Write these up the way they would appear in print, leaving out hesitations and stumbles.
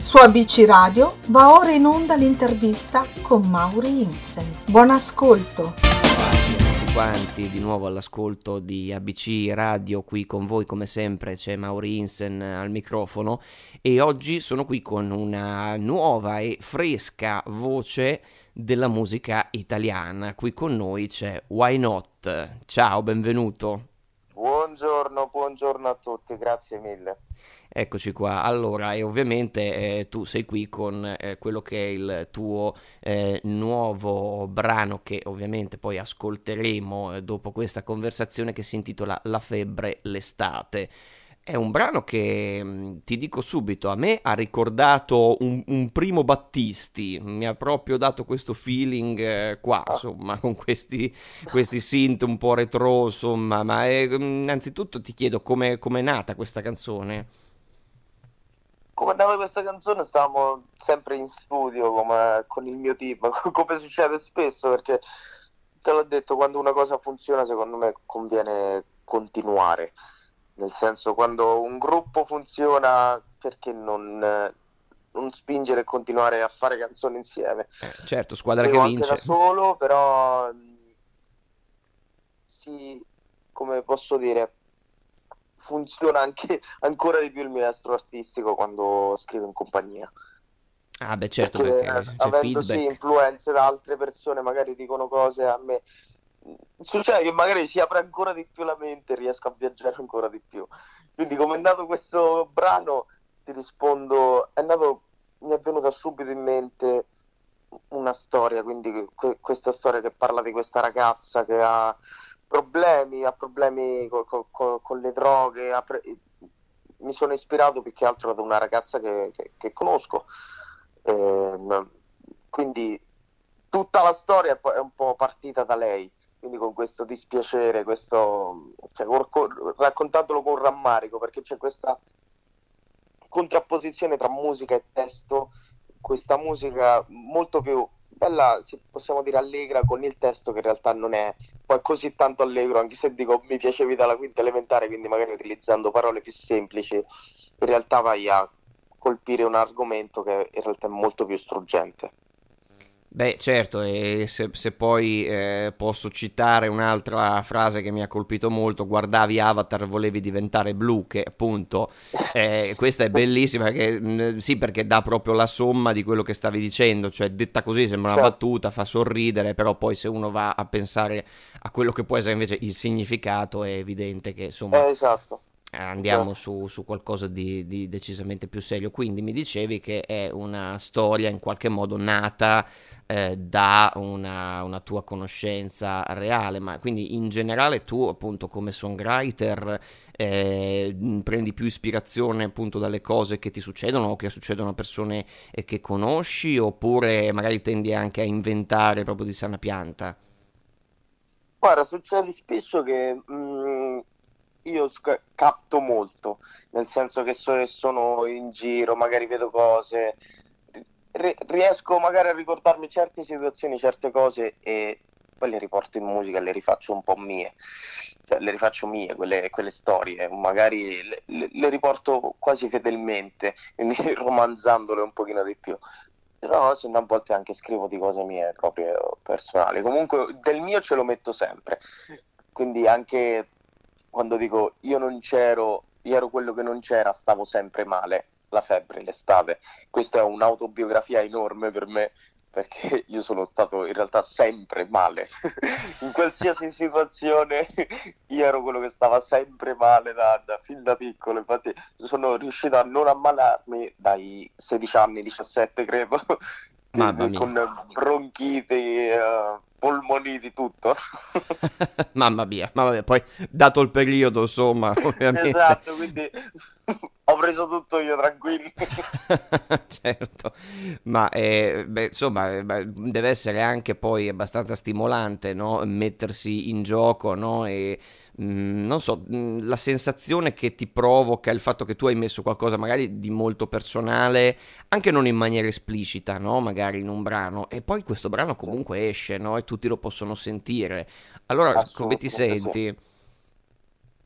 Su ABC Radio va ora in onda l'intervista con Mauri Insen. Buon ascolto. Bentrovati a tutti quanti di nuovo all'ascolto di ABC Radio, qui con voi come sempre c'è Mauri Insen al microfono e oggi sono qui con una nuova e fresca voce della musica italiana. Qui con noi c'è Why Not. Ciao, benvenuto. Buongiorno a tutti, grazie mille. Eccoci qua. Allora, e ovviamente tu sei qui con quello che è il tuo nuovo brano che ovviamente poi ascolteremo dopo questa conversazione che si intitola La febbre, l'estate. È un brano che, ti dico subito, a me ha ricordato un primo Battisti, mi ha proprio dato questo feeling qua, Ah, insomma, con questi synth un po' retro, insomma, ma innanzitutto ti chiedo come è nata questa canzone? come è nata questa canzone? Stavamo sempre in studio con il mio team, come succede spesso, perché te l'ho detto, quando una cosa funziona, secondo me conviene continuare. Nel senso, quando un gruppo funziona, perché non spingere e continuare a fare canzoni insieme? Certo, squadra che Scrivo anche da vince. solo, però sì, come posso dire, funziona anche ancora di più il miastro artistico quando scrivo in compagnia. Ah, beh, certo, Perché perché c'è avendo sì feedback. influenze da altre persone, magari dicono cose a me. Succede che magari si apre ancora di più la mente e riesco a viaggiare ancora di più. Quindi, come è nato questo brano, ti rispondo, mi è venuta subito in mente una storia, quindi questa storia che parla di questa ragazza che ha problemi con le droghe. Mi sono ispirato più che altro ad una ragazza che conosco. Ehm, quindi tutta la storia è un po' partita da lei, quindi con questo dispiacere, cioè, raccontandolo con rammarico, perché c'è questa contrapposizione tra musica e testo, questa musica molto più bella, possiamo dire allegra, con il testo che in realtà non è poi così tanto allegro, anche se dico mi piacevi dalla quinta elementare, quindi magari utilizzando parole più semplici, in realtà vai a colpire un argomento che in realtà è molto più struggente. Beh, certo, e se poi posso citare un'altra frase che mi ha colpito molto, guardavi Avatar, volevi diventare blu, che appunto questa è bellissima, che, sì, perché dà proprio la somma di quello che stavi dicendo, cioè detta così sembra una Certo, battuta, fa sorridere, però poi se uno va a pensare a quello che può essere invece il significato è evidente che insomma esatto, andiamo esatto. su qualcosa di decisamente più serio. Quindi mi dicevi che è una storia in qualche modo nata da una tua conoscenza reale, ma quindi in generale tu appunto come songwriter prendi più ispirazione appunto dalle cose che ti succedono o che succedono a persone che conosci, oppure magari tendi anche a inventare proprio di sana pianta? Guarda, succede spesso che io capto molto, nel senso che sono in giro, magari vedo cose, riesco magari a ricordarmi certe situazioni, certe cose e poi le riporto in musica e le rifaccio un po' mie, cioè le rifaccio mie quelle storie, magari le riporto quasi fedelmente, quindi romanzandole un pochino di più. Però se no, a volte anche scrivo di cose mie proprie personali. Comunque del mio ce lo metto sempre. Quindi anche quando dico io non c'ero, io ero quello che non c'era, stavo sempre male. La febbre, l'estate. Questa è un'autobiografia enorme per me, perché io sono stato in realtà sempre male. In qualsiasi situazione io ero quello che stava sempre male fin da piccolo. Infatti sono riuscito a non ammalarmi dai 16 anni, 17 credo, Mamma mia. con bronchiti, polmoniti, tutto. Mamma mia, poi dato il periodo, insomma, ovviamente. Esatto, quindi ho preso tutto io, tranquilli. Certo, ma beh, insomma, beh, deve essere anche poi abbastanza stimolante, no? Mettersi in gioco, no? E non so, la sensazione che ti provoca il fatto che tu hai messo qualcosa magari di molto personale, anche non in maniera esplicita, no? Magari in un brano, e poi questo brano Sì, comunque esce, no? E tutti lo possono sentire. Allora, come ti assolutamente sì. senti?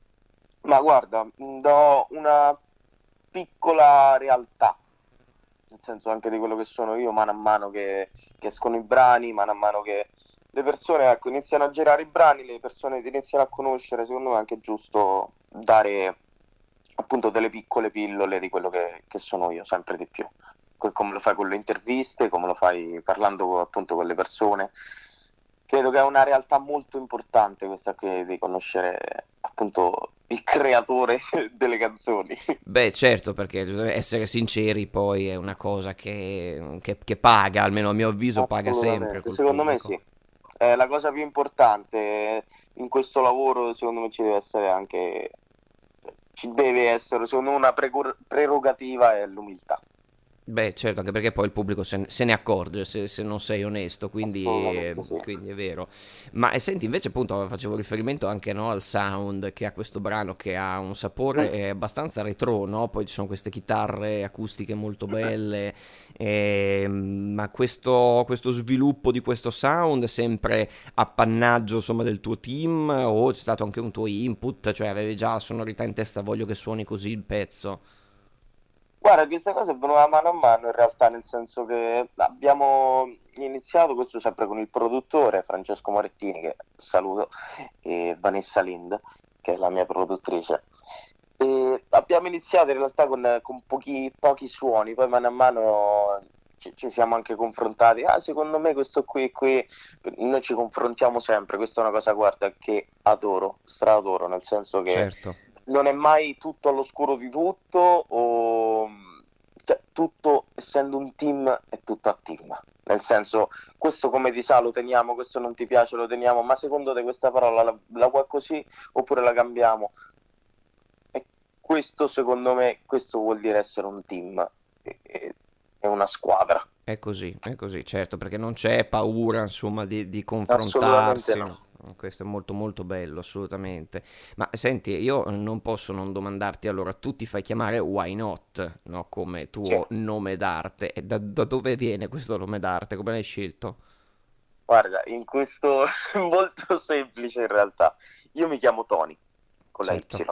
Ma guarda, do una piccola realtà. nel senso anche di quello che sono io, mano a mano che escono i brani, mano a mano che le persone, ecco, iniziano a girare i brani, le persone ti iniziano a conoscere, secondo me è anche giusto dare appunto delle piccole pillole di quello che sono io, sempre di più. Come lo fai con le interviste, come lo fai parlando appunto con le persone. Credo che è una realtà molto importante questa qui di conoscere appunto il creatore delle canzoni. Beh, certo, perché essere sinceri poi è una cosa che paga, almeno a mio avviso paga sempre Assolutamente, col secondo me pubblico. sì. È la cosa più importante in questo lavoro, secondo me ci deve essere anche, ci deve essere, secondo me una prerogativa è l'umiltà. Beh, certo, anche perché poi il pubblico se ne accorge se non sei onesto, Assolutamente sì. quindi è vero. Ma senti, invece appunto facevo riferimento anche, no, al sound che ha questo brano che ha un sapore abbastanza retro, no? Poi ci sono queste chitarre acustiche molto belle, ma questo sviluppo di questo sound è sempre appannaggio insomma del tuo team o c'è stato anche un tuo input, cioè avevi già la sonorità in testa, voglio che suoni così il pezzo? Guarda, questa cosa è venuta mano a mano in realtà, nel senso che abbiamo iniziato questo sempre con il produttore Francesco Morettini, che saluto, e Vanessa Lind, che è la mia produttrice. E abbiamo iniziato in realtà con pochi suoni, poi mano a mano ci siamo anche confrontati. Ah, secondo me questo qui, noi ci confrontiamo sempre, questa è una cosa, guarda, che adoro, straadoro, nel senso che Certo. non è mai tutto all'oscuro di tutto, o cioè, tutto essendo un team è tutto a team. Nel senso, questo come ti sa lo teniamo, questo non ti piace lo teniamo, ma secondo te questa parola la vuoi così oppure la cambiamo? E questo secondo me, questo vuol dire essere un team, è una squadra. È così, certo, perché non c'è paura, insomma, di Assolutamente no. confrontarsi. Questo è molto molto bello, assolutamente. Ma senti, io non posso non domandarti, allora, tu ti fai chiamare Why Not, no? Come Sì. tuo nome d'arte. E da dove viene questo nome d'arte? Come l'hai scelto? Guarda, in questo molto semplice in realtà. Io mi chiamo Tony con la Y, Certo.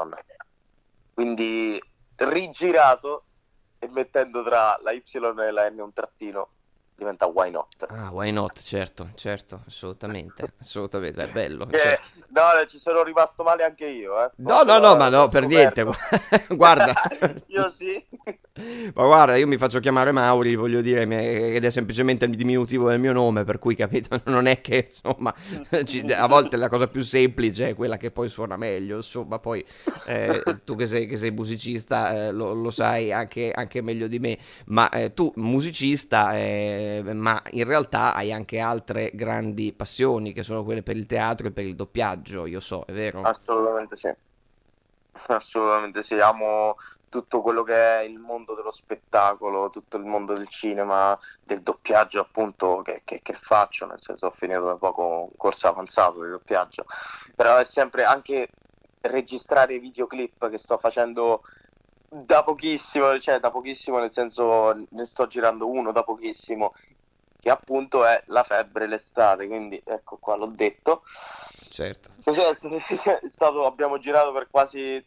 quindi rigirato e mettendo tra la Y e la N un trattino diventa Why Not. Ah, Why Not, certo, certo, assolutamente, assolutamente, è bello, Che, certo. no, ci sono rimasto male anche io, No, quando no, no, ma l'ho no, per niente. scoperto. Guarda. Io sì. Ma guarda, io mi faccio chiamare Mauri, voglio dire, ed è semplicemente il diminutivo del mio nome, per cui, capito, non è che, insomma, a volte la cosa più semplice è quella che poi suona meglio, insomma, poi tu che sei musicista lo sai anche meglio di me, ma tu musicista, ma in realtà hai anche altre grandi passioni, che sono quelle per il teatro e per il doppiaggio, io so, è vero? Assolutamente sì. Assolutamente sì, amo tutto quello che è il mondo dello spettacolo, tutto il mondo del cinema, del doppiaggio appunto che faccio, nel senso ho finito da poco un corso avanzato di doppiaggio, però è sempre anche registrare i videoclip che sto facendo da pochissimo, cioè da pochissimo nel senso ne sto girando uno da pochissimo, che appunto è La febbre l'estate, quindi ecco qua l'ho detto. Certo. Cioè, abbiamo girato per quasi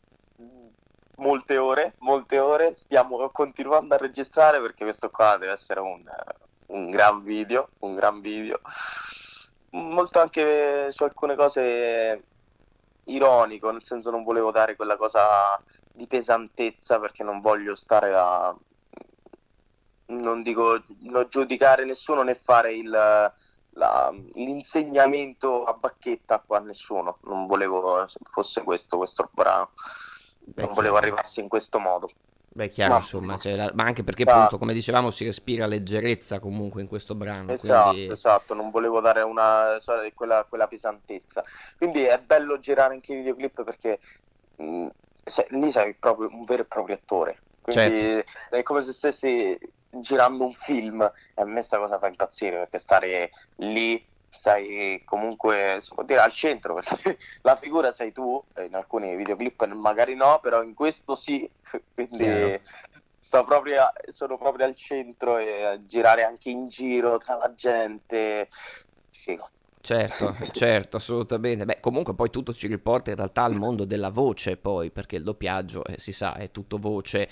molte ore, stiamo continuando a registrare perché questo qua deve essere un gran video, un gran video. Molto anche su alcune cose ironico, nel senso non volevo dare quella cosa di pesantezza perché non voglio stare a, non dico, non giudicare nessuno né fare l'insegnamento a bacchetta qua a nessuno. Non volevo fosse questo il brano. Beh, Non volevo chiaro. arrivarsi in questo modo. Beh, chiaro, Ma, insomma, ma anche perché appunto, esatto, come dicevamo, si respira leggerezza comunque in questo brano, esatto, quindi esatto, non volevo dare quella pesantezza. Quindi è bello girare anche i videoclip perché mh, lì sei proprio un vero e proprio attore. certo, Quindi è come se stessi girando un film e a me sta cosa fa impazzire perché stare lì stai comunque si può dire al centro perché la figura sei tu, in alcuni videoclip magari no, però in questo sì, chiaro. quindi sono proprio al centro e a girare anche in giro tra la gente. Figo. Certo, certo, assolutamente. Beh, comunque poi tutto ci riporta in realtà al mondo della voce, poi, perché il doppiaggio, si sa, è tutto voce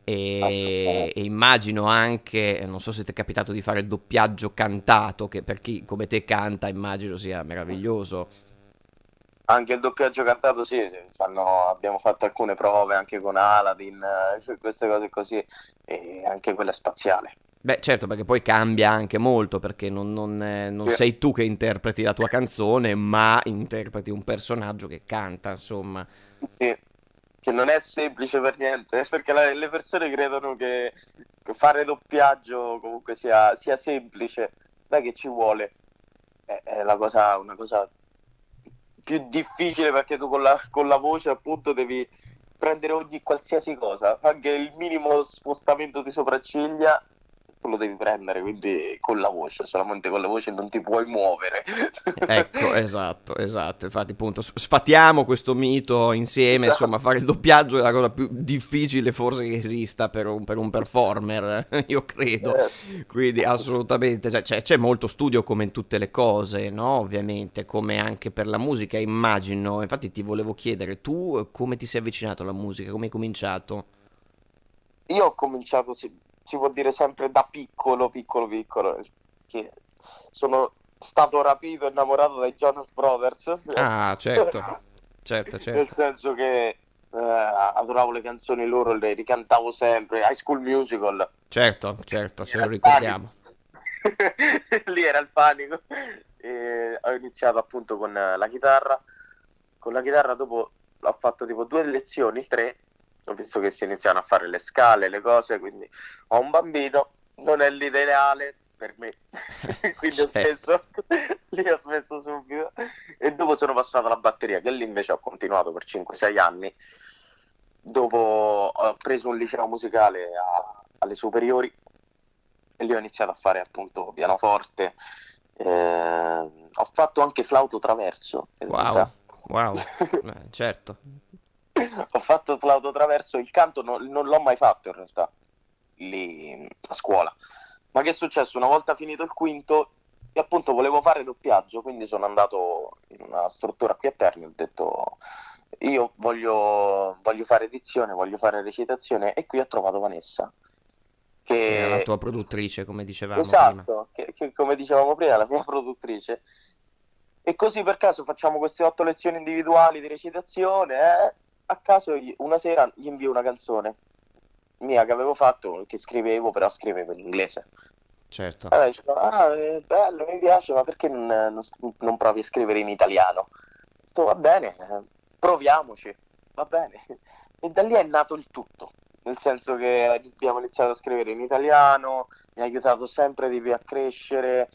e assolutamente. immagino anche, non so se ti è capitato di fare il doppiaggio cantato, che per chi come te canta immagino sia meraviglioso. Anche il doppiaggio cantato, sì, sì, abbiamo fatto alcune prove anche con Aladdin, queste cose così, e anche quella spaziale. Beh, certo, perché poi cambia anche molto, perché non Sì, sei tu che interpreti la tua canzone, ma interpreti un personaggio che canta, insomma. sì, che non è semplice per niente, perché le persone credono che fare doppiaggio comunque sia semplice, non è che ci vuole, è una cosa più difficile perché tu con la voce appunto devi prendere ogni qualsiasi cosa, anche il minimo spostamento di sopracciglia tu lo devi prendere, quindi con la voce, solamente con la voce non ti puoi muovere. Ecco, esatto, esatto. Infatti, appunto, sfatiamo questo mito insieme. Esatto. Insomma, fare il doppiaggio è la cosa più difficile forse che esista per un performer, io credo. Eh, Quindi, assolutamente, cioè, c'è molto studio come in tutte le cose, no? Ovviamente, come anche per la musica, immagino. Infatti, ti volevo chiedere, tu come ti sei avvicinato alla musica? Come hai cominciato? Io ho cominciato, si può dire sempre da piccolo, piccolo, piccolo, che sono stato rapito e innamorato dai Jonas Brothers, Ah, certo, certo, nel certo. senso che adoravo le canzoni loro, le ricantavo sempre, High School Musical, Certo, certo, lì ce era lo il panico, ricordiamo. lì era il panico, e ho iniziato appunto con la chitarra dopo ho fatto tipo 2 lezioni, 3, ho visto che si iniziano a fare le scale, le cose, quindi ho un bambino, non è l'ideale per me, quindi Certo. lì ho smesso subito e dopo sono passato alla batteria, che lì invece ho continuato per 5-6 anni. Dopo ho preso un liceo musicale alle superiori e lì ho iniziato a fare appunto pianoforte. Ho fatto anche flauto traverso in Wow, realtà. wow, certo. Ho fatto flauto traverso, il canto non l'ho mai fatto in realtà lì a scuola. Ma che è successo? Una volta finito il quinto, e appunto volevo fare doppiaggio, quindi sono andato in una struttura qui a Terni, ho detto io voglio fare edizione, voglio fare recitazione e qui ho trovato Vanessa, Che era la che tua produttrice, come dicevamo prima. esatto, che come dicevamo prima, è la mia produttrice. E così per caso facciamo queste 8 lezioni individuali di recitazione. A caso una sera gli invio una canzone mia che avevo fatto, che scrivevo, però scrivevo in inglese. Certo. Allora dicevo, ah, è bello, mi piace, ma perché non provi a scrivere in italiano? Ho detto, va bene, proviamoci, va bene. E da lì è nato il tutto, nel senso che abbiamo iniziato a scrivere in italiano, mi ha aiutato sempre di più a crescere,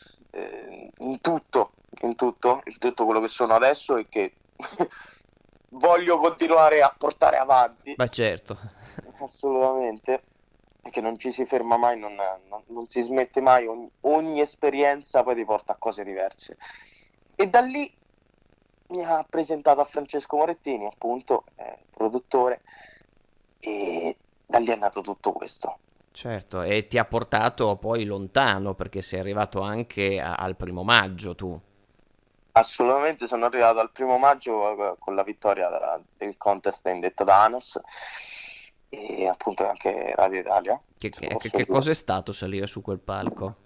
in tutto quello che sono adesso e che voglio continuare a portare avanti, Beh, certo. assolutamente, perché non ci si ferma mai, non si smette mai, ogni esperienza poi ti porta a cose diverse. E da lì mi ha presentato a Francesco Morettini, appunto, produttore, e da lì è nato tutto questo. Certo, e ti ha portato poi lontano perché sei arrivato anche al primo maggio tu. Assolutamente sono arrivato al 1° maggio con la vittoria del contest indetto da ANAS e appunto anche Radio Italia, Che, se lo che- posso che dire. cosa è stato salire su quel palco?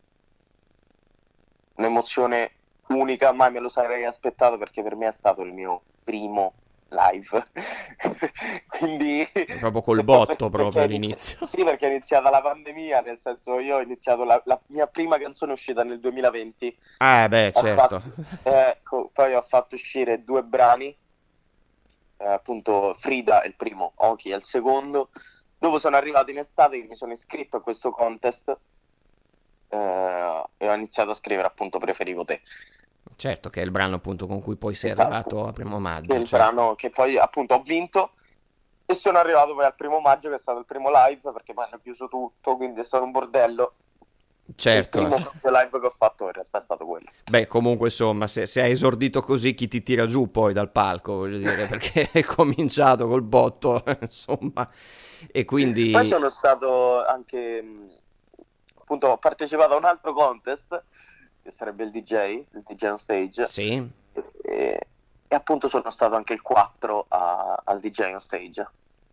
Un'emozione unica, mai me lo sarei aspettato perché per me è stato il mio primo live. Quindi, Proprio col botto, proprio sì, all'inizio. perché è iniziata la pandemia, nel senso io ho iniziato la mia prima canzone è uscita nel 2020, Beh, ho certo. fatto, poi ho fatto uscire 2 brani, appunto Frida è il primo, Oki è il secondo. Dopo sono arrivato in estate che mi sono iscritto a questo contest e ho iniziato a scrivere appunto Preferivo te. Certo, che è il brano appunto con cui poi sei Esatto, arrivato a primo che è maggio, il certo. brano che poi appunto ho vinto e sono arrivato poi al 1° maggio che è stato il primo live perché poi hanno chiuso tutto, quindi è stato un bordello. E il Certo. primo proprio live che ho fatto in realtà è stato quello. Beh, comunque, insomma, se hai esordito così, chi ti tira giù poi dal palco, voglio dire, perché hai cominciato col botto, insomma, e Poi quindi sono stato anche, appunto, ho partecipato a un altro contest, che sarebbe il DJ on stage, sì. e appunto sono stato anche il 4 al DJ on stage.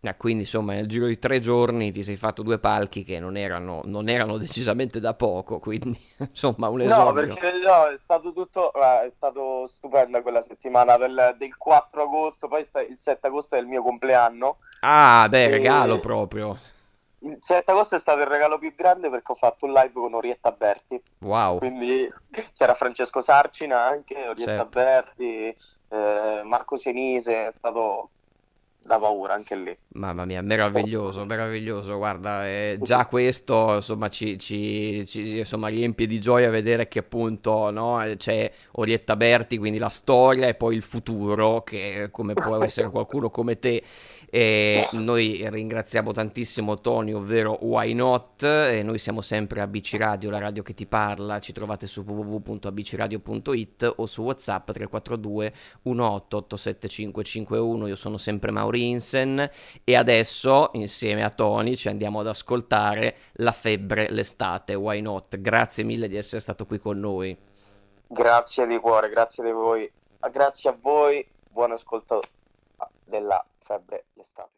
Quindi insomma nel giro di 3 giorni ti sei fatto 2 palchi che non erano decisamente da poco, quindi insomma un No, esordio. perché no, è stato tutto, è stato stupenda quella settimana del 4 agosto, poi il 7 agosto è il mio compleanno Ah, beh, regalo e proprio. il 7 agosto è stato il regalo più grande perché ho fatto un live con Orietta Berti, Wow, quindi c'era Francesco Sarcina anche, Orietta certo. Berti, Marco Senise, è stato da paura anche lì. Mamma mia, meraviglioso, meraviglioso. Guarda, già questo insomma insomma, riempie di gioia vedere che appunto no, c'è Orietta Berti, quindi la storia e poi il futuro, che come può essere qualcuno come te. E noi ringraziamo tantissimo Tony, ovvero Why Not. E noi siamo sempre ABC Radio, la radio che ti parla. Ci trovate su www.abcradio.it o su WhatsApp 342 1887551. Io sono sempre Mauri Insen e adesso insieme a Tony ci andiamo ad ascoltare La febbre, l'estate, Why Not. Grazie mille di essere stato qui con noi. Grazie di cuore, grazie di voi, grazie a voi, buon ascolto della febbre l'estate.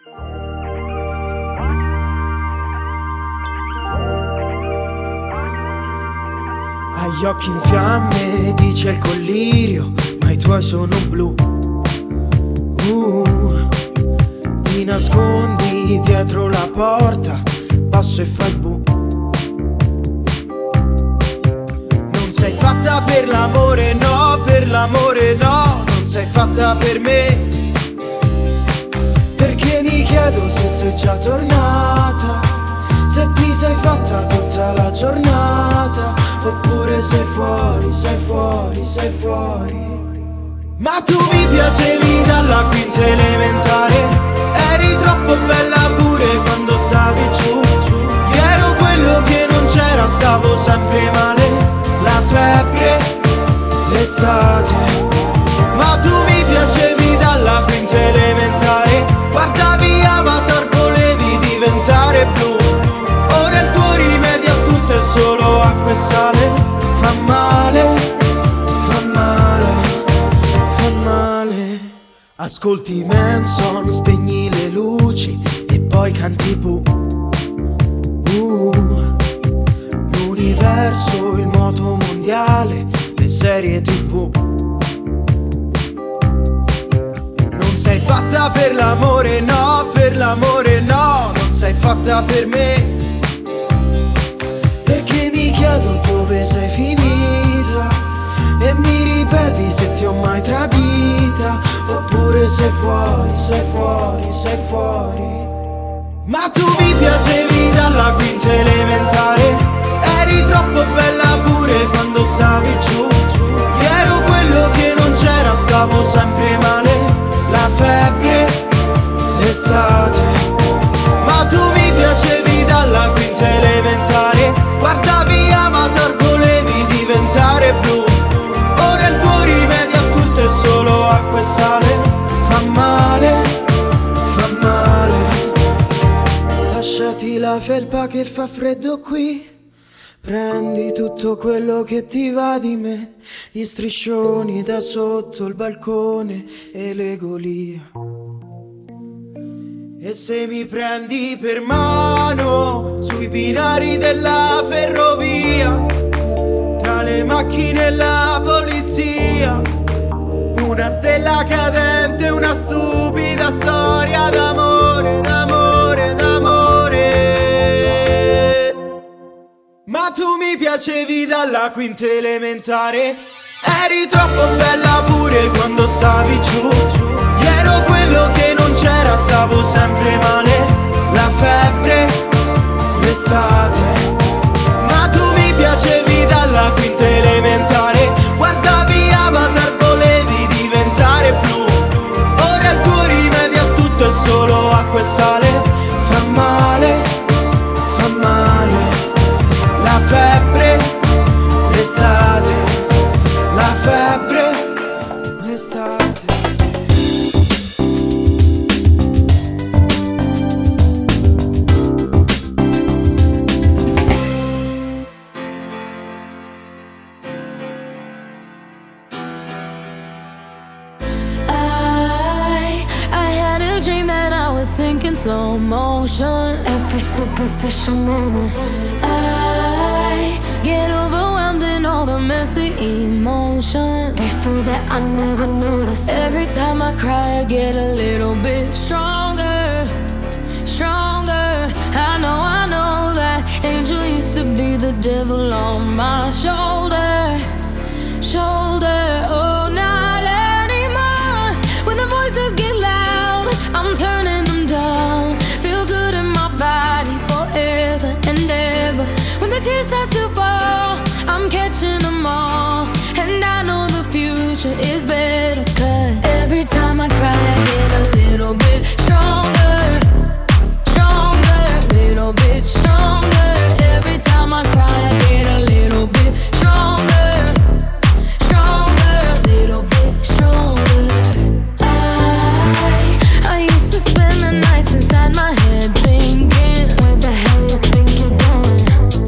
Ha gli occhi in fiamme, dice il collirio, ma i tuoi sono blu. Ti nascondi dietro la porta, passo e fai bu. Non sei fatta per l'amore, no, per l'amore no, non sei fatta per me. Perché mi chiedo se sei già tornata, se ti sei fatta tutta la giornata, oppure sei fuori, sei fuori, sei fuori. Ma tu mi piacevi dalla quinta elementare, eri troppo bella pure quando stavi giù. Io ero quello che non c'era, stavo sempre male. La febbre, l'estate. Ma tu mi piacevi dalla quinta elementare, guardavi Avatar, volevi diventare blu. Ora il tuo rimedio a tutto è solo acqua e sale. Fa male, fa male, fa male. Ascolti Manson, spegni le luci e poi canti pu. L'universo, il moto mondiale, le serie TV. Non sei fatta per l'amore, no, per l'amore no, non sei fatta per me. Perché mi chiedo dove sei finita e mi ripeti se ti ho mai tradita, oppure sei fuori, sei fuori, sei fuori. Ma tu mi piacevi dalla quinta elementare, eri troppo bella pure quando stavi giù. Io ero quello che non c'era, stavo sempre male. La febbre, l'estate. Ma tu mi piacevi dalla quinta elementare, guardavi Avatar, volevi diventare blu. Ora il tuo rimedio a tutto è solo acqua e sale. Fa male, fa male. Lasciati la felpa che fa freddo qui, prendi tutto quello che ti va di me, gli striscioni da sotto il balcone e le golie. E se mi prendi per mano sui binari della ferrovia, tra le macchine e la polizia, una stella cadente, una stupida storia d'amore, d'amore, d'amore. Ma tu mi piacevi dalla quinta elementare, eri troppo bella pure quando stavi giù. Io ero quello che non c'era, stavo sempre male. La febbre, l'estate. Ma tu mi piacevi dalla quinta elementare, guardavi Avatar, volevi diventare blu. Ora il tuo rimedio a tutto è solo acqua e sale. Fa male, fa male. La febbre, l'estate. La febbre, l'estate. superficial moment. I get overwhelmed in all the messy emotions, so that I never notice. Every time I cry I get a little bit stronger, stronger. I know that angel used to be the devil on my shoulder, shoulder. Oh, not anymore. When the voices get loud, I'm turning them down. Feel good in my body forever and ever. When the tears start to fall, I'm catching them all. And I know the future is better, 'cause every time I cry I get a little bit stronger, stronger, little bit stronger. Every time I cry I get a little bit stronger, stronger, little bit stronger. I used to spend the nights inside my head thinking, where the hell you think you're going?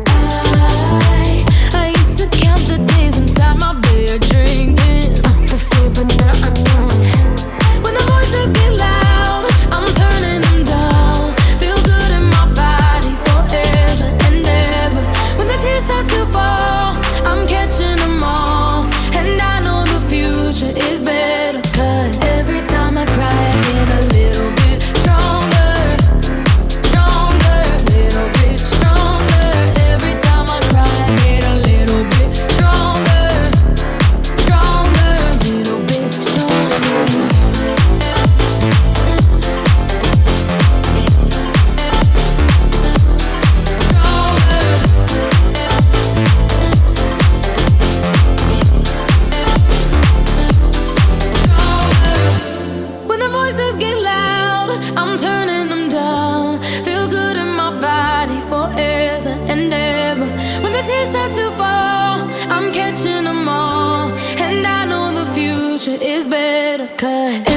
I used to count the days inside my bed drinking, the fear but now I know it. When the voices get loud, I'm turning them down. Feel good in my body forever and ever. When the tears start to fall, I'm catching them all. And I know the future is better, 'cause every time I cry I get a little bit stronger, stronger, little bit stronger. Every time I cry I get a little bit stronger, stronger, little bit stronger. When the voices get loud, I'm turning them down. Feel good in my body forever and ever. When the tears start to fall, I'm catching them all. And I know the future is better, 'cause